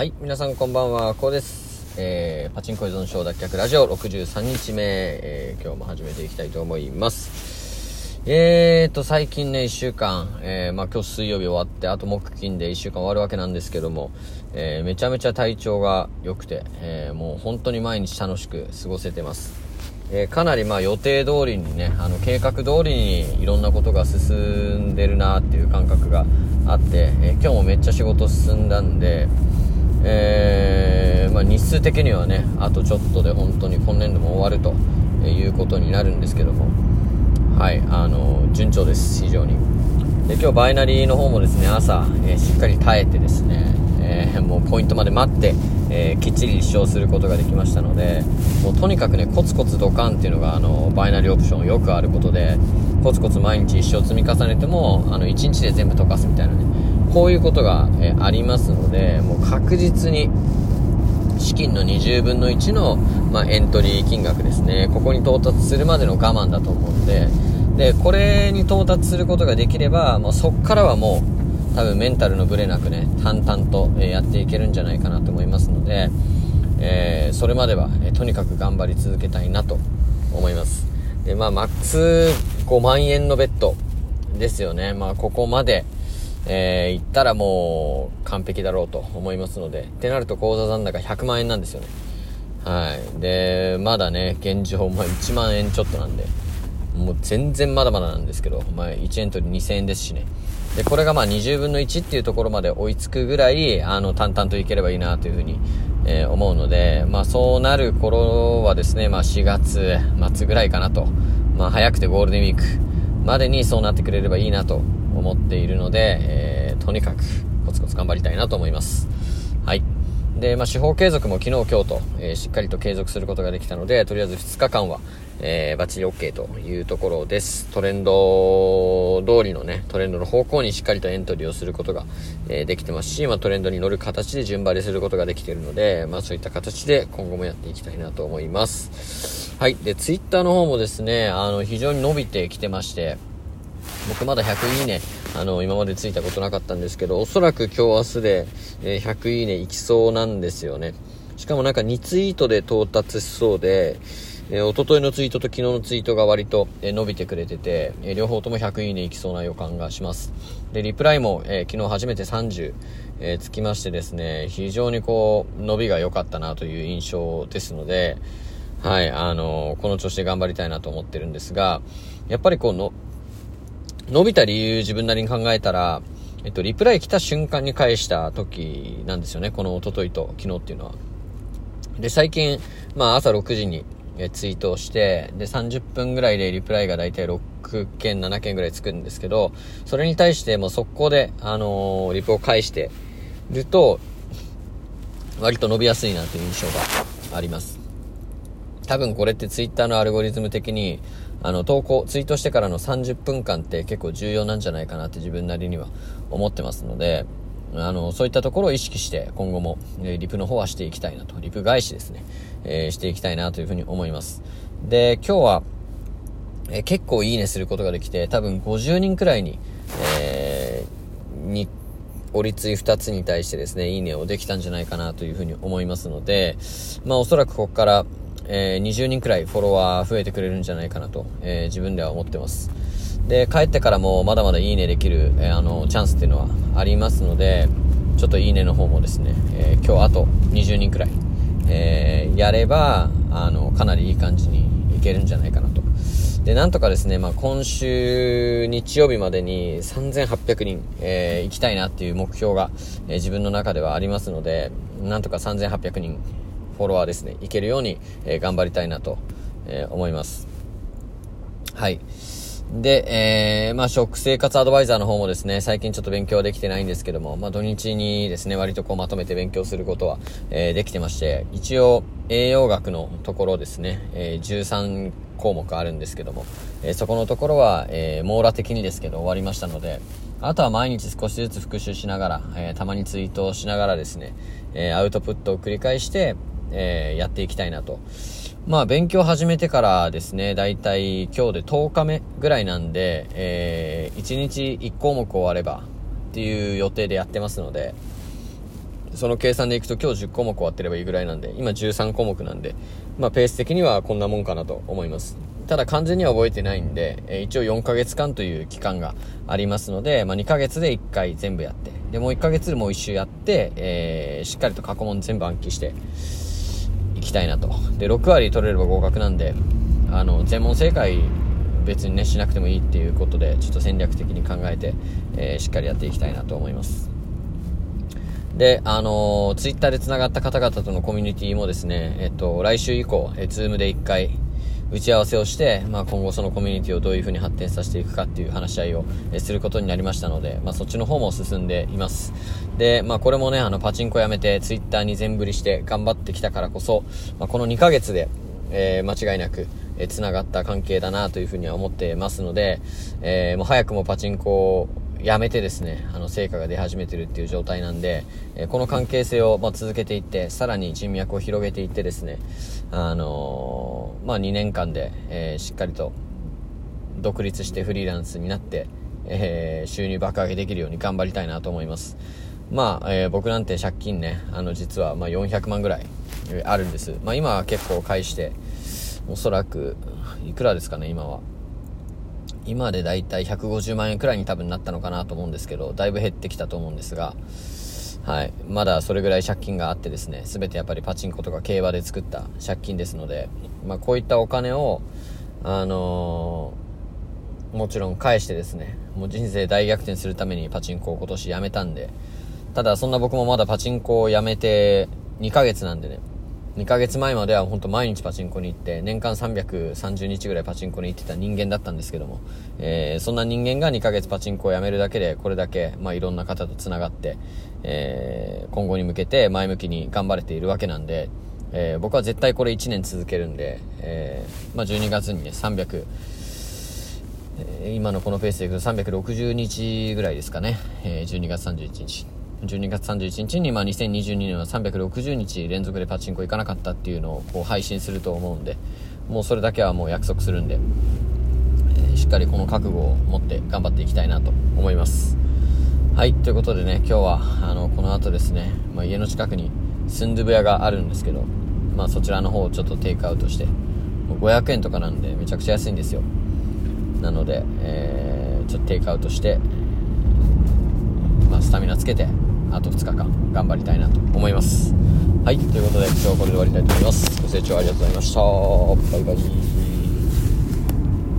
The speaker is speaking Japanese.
はい、皆さんこんばんは、こうです。パチンコ依存症脱却ラジオ63日目、今日も始めていきたいと思います。最近ね、1週間、今日水曜日終わって、あと木金で1週間終わるわけなんですけども、めちゃめちゃ体調が良くて、もう本当に毎日楽しく過ごせてます。かなり予定通りにね、計画通りにいろんなことが進んでるなっていう感覚があって、今日もめっちゃ仕事進んだんで、日数的にはね、あとちょっとで本当に今年度も終わるということになるんですけども、はい、順調です、非常に。で、今日バイナリーの方もですね、朝、しっかり耐えてですね、もうポイントまで待って、きっちり立証することができましたので、もうとにかくね、コツコツドカンっていうのがバイナリーオプションよくあることで、コツコツ毎日一生積み重ねても1日で全部溶かすみたいなね、こういうことが、ありますので、もう確実に資金の20分の1の、エントリー金額ですね、ここに到達するまでの我慢だと思うんで、これに到達することができれば、そっからはもう多分メンタルのブレなくね、淡々と、やっていけるんじゃないかなと思いますので、それまでは、とにかく頑張り続けたいなと思います。で、マックス5万円のベッドですよね。ここまで行ったらもう完璧だろうと思いますので、ってなると口座残高100万円なんですよね。はい。で、まだね、現状1万円ちょっとなんで、もう全然まだまだなんですけど、1エントリー2000円ですしね。で、これが20分の1っていうところまで追いつくぐらい、淡々といければいいなというふうに、思うので、そうなる頃はですね、4月末ぐらいかなと。早くてゴールデンウィークまでにそうなってくれればいいなと思っているので、とにかくコツコツ頑張りたいなと思います。はい。で、手法継続も昨日今日と、しっかりと継続することができたので、とりあえず2日間は、バッチリ OK というところです。トレンド通りのね、トレンドの方向にしっかりとエントリーをすることが、できてますし、トレンドに乗る形で順張りすることができているので、そういった形で今後もやっていきたいなと思います。はい。で、ツイッターの方もですね、非常に伸びてきてまして、僕まだ100いいね、今までついたことなかったんですけど、おそらく今日明日で、100いいねいきそうなんですよね。しかも2ツイートで到達しそうで、一昨日のツイートと昨日のツイートが割と、伸びてくれてて、両方とも100いいねいきそうな予感がします。で、リプライも、昨日初めて30、つきましてですね、非常に伸びが良かったなという印象ですので、はい、この調子で頑張りたいなと思ってるんですが、やっぱり伸びた理由自分なりに考えたら、リプライ来た瞬間に返した時なんですよね。この一昨日と昨日っていうのは。で、最近、朝6時にツイートをして、で、30分ぐらいでリプライがだいたい6件、7件ぐらいつくんですけど、それに対してもう速攻で、リプを返してると、割と伸びやすいなという印象があります。多分これってツイッターのアルゴリズム的に、ツイートしてからの30分間って結構重要なんじゃないかなって自分なりには思ってますので、そういったところを意識して今後も、リプの方はしていきたいなと、リプ返しですね、していきたいなというふうに思います。で、今日は、結構いいねすることができて、多分50人くらいに、折りツイ2つに対してですね、いいねをできたんじゃないかなというふうに思いますので、おそらくここから20人くらいフォロワー増えてくれるんじゃないかなと、自分では思ってます。で、帰ってからもまだまだいいねできる、チャンスっていうのはありますので、ちょっといいねの方もですね、今日あと20人くらい、やれば、かなりいい感じにいけるんじゃないかなと。で、なんとかですね、今週日曜日までに3800人、行きたいなっていう目標が、自分の中ではありますので、なんとか3800人フォロワーですね、いけるように、頑張りたいなと、思います。はい。で、食生活アドバイザーの方もですね、最近ちょっと勉強はできてないんですけども、土日にですね、割とまとめて勉強することは、できてまして、一応栄養学のところですね、13項目あるんですけども、そこのところは、網羅的にですけど終わりましたので、あとは毎日少しずつ復習しながら、たまにツイートをしながらですね、アウトプットを繰り返して、やっていきたいなと。勉強始めてからですね、だいたい今日で10日目ぐらいなんで、1日1項目終わればっていう予定でやってますので、 その計算でいくと今日10項目終わってればいいぐらいなんで、今13項目なんで、ペース的にはこんなもんかなと思います。ただ完全には覚えてないんで、一応4ヶ月間という期間がありますので、2ヶ月で1回全部やって、でもう1ヶ月でもう1周やって、しっかりと過去問全部暗記していきたいなと。で、6割取れれば合格なんで、全問正解別にねしなくてもいいっていうことで、ちょっと戦略的に考えて、しっかりやっていきたいなと思います。で、ツイッターでつながった方々とのコミュニティもですね、来週以降、ズームで1回打ち合わせをして、今後そのコミュニティをどういう風に発展させていくかっていう話し合いをすることになりましたので、そっちの方も進んでいます。で、これもね、パチンコやめてツイッターに全振りして頑張ってきたからこそ、この2ヶ月で、間違いなくつながった関係だなというふうには思ってますので、もう早くもパチンコをやめてですね、成果が出始めてるっていう状態なんで、この関係性を続けていって、さらに人脈を広げていってですね、2年間で、しっかりと独立してフリーランスになって、収入爆上げできるように頑張りたいなと思います。僕なんて借金ね、実は400万ぐらいあるんです。今は結構返して、おそらくいくらですかね、今でだいたい150万円くらいに多分なったのかなと思うんですけど、だいぶ減ってきたと思うんですが、はい、まだそれぐらい借金があってですね、全てやっぱりパチンコとか競馬で作った借金ですので、こういったお金をもちろん返してですね、もう人生大逆転するためにパチンコを今年やめたんで、ただそんな僕もまだパチンコをやめて2ヶ月なんでね、2ヶ月前までは本当毎日パチンコに行って、年間330日ぐらいパチンコに行ってた人間だったんですけども、そんな人間が2ヶ月パチンコをやめるだけで、これだけ、いろんな方とつながって、今後に向けて前向きに頑張れているわけなんで、僕は絶対これ1年続けるんで、12月にね、今のこのペースでいくと360日ぐらいですかね、12月31日。12月31日に2022年は360日連続でパチンコ行かなかったっていうのをこう配信すると思うんで、もうそれだけはもう約束するんで、しっかりこの覚悟を持って頑張っていきたいなと思います。はい、ということでね、今日はこの後ですね、家の近くにスンドゥブ屋があるんですけど、そちらの方をちょっとテイクアウトして、もう500円とかなんでめちゃくちゃ安いんですよ。なので、ちょっとテイクアウトして、スタミナつけてあと2日間頑張りたいなと思います。はい、ということで今日はこれで終わりたいと思います。ご清聴ありがとうございました。バイバイ。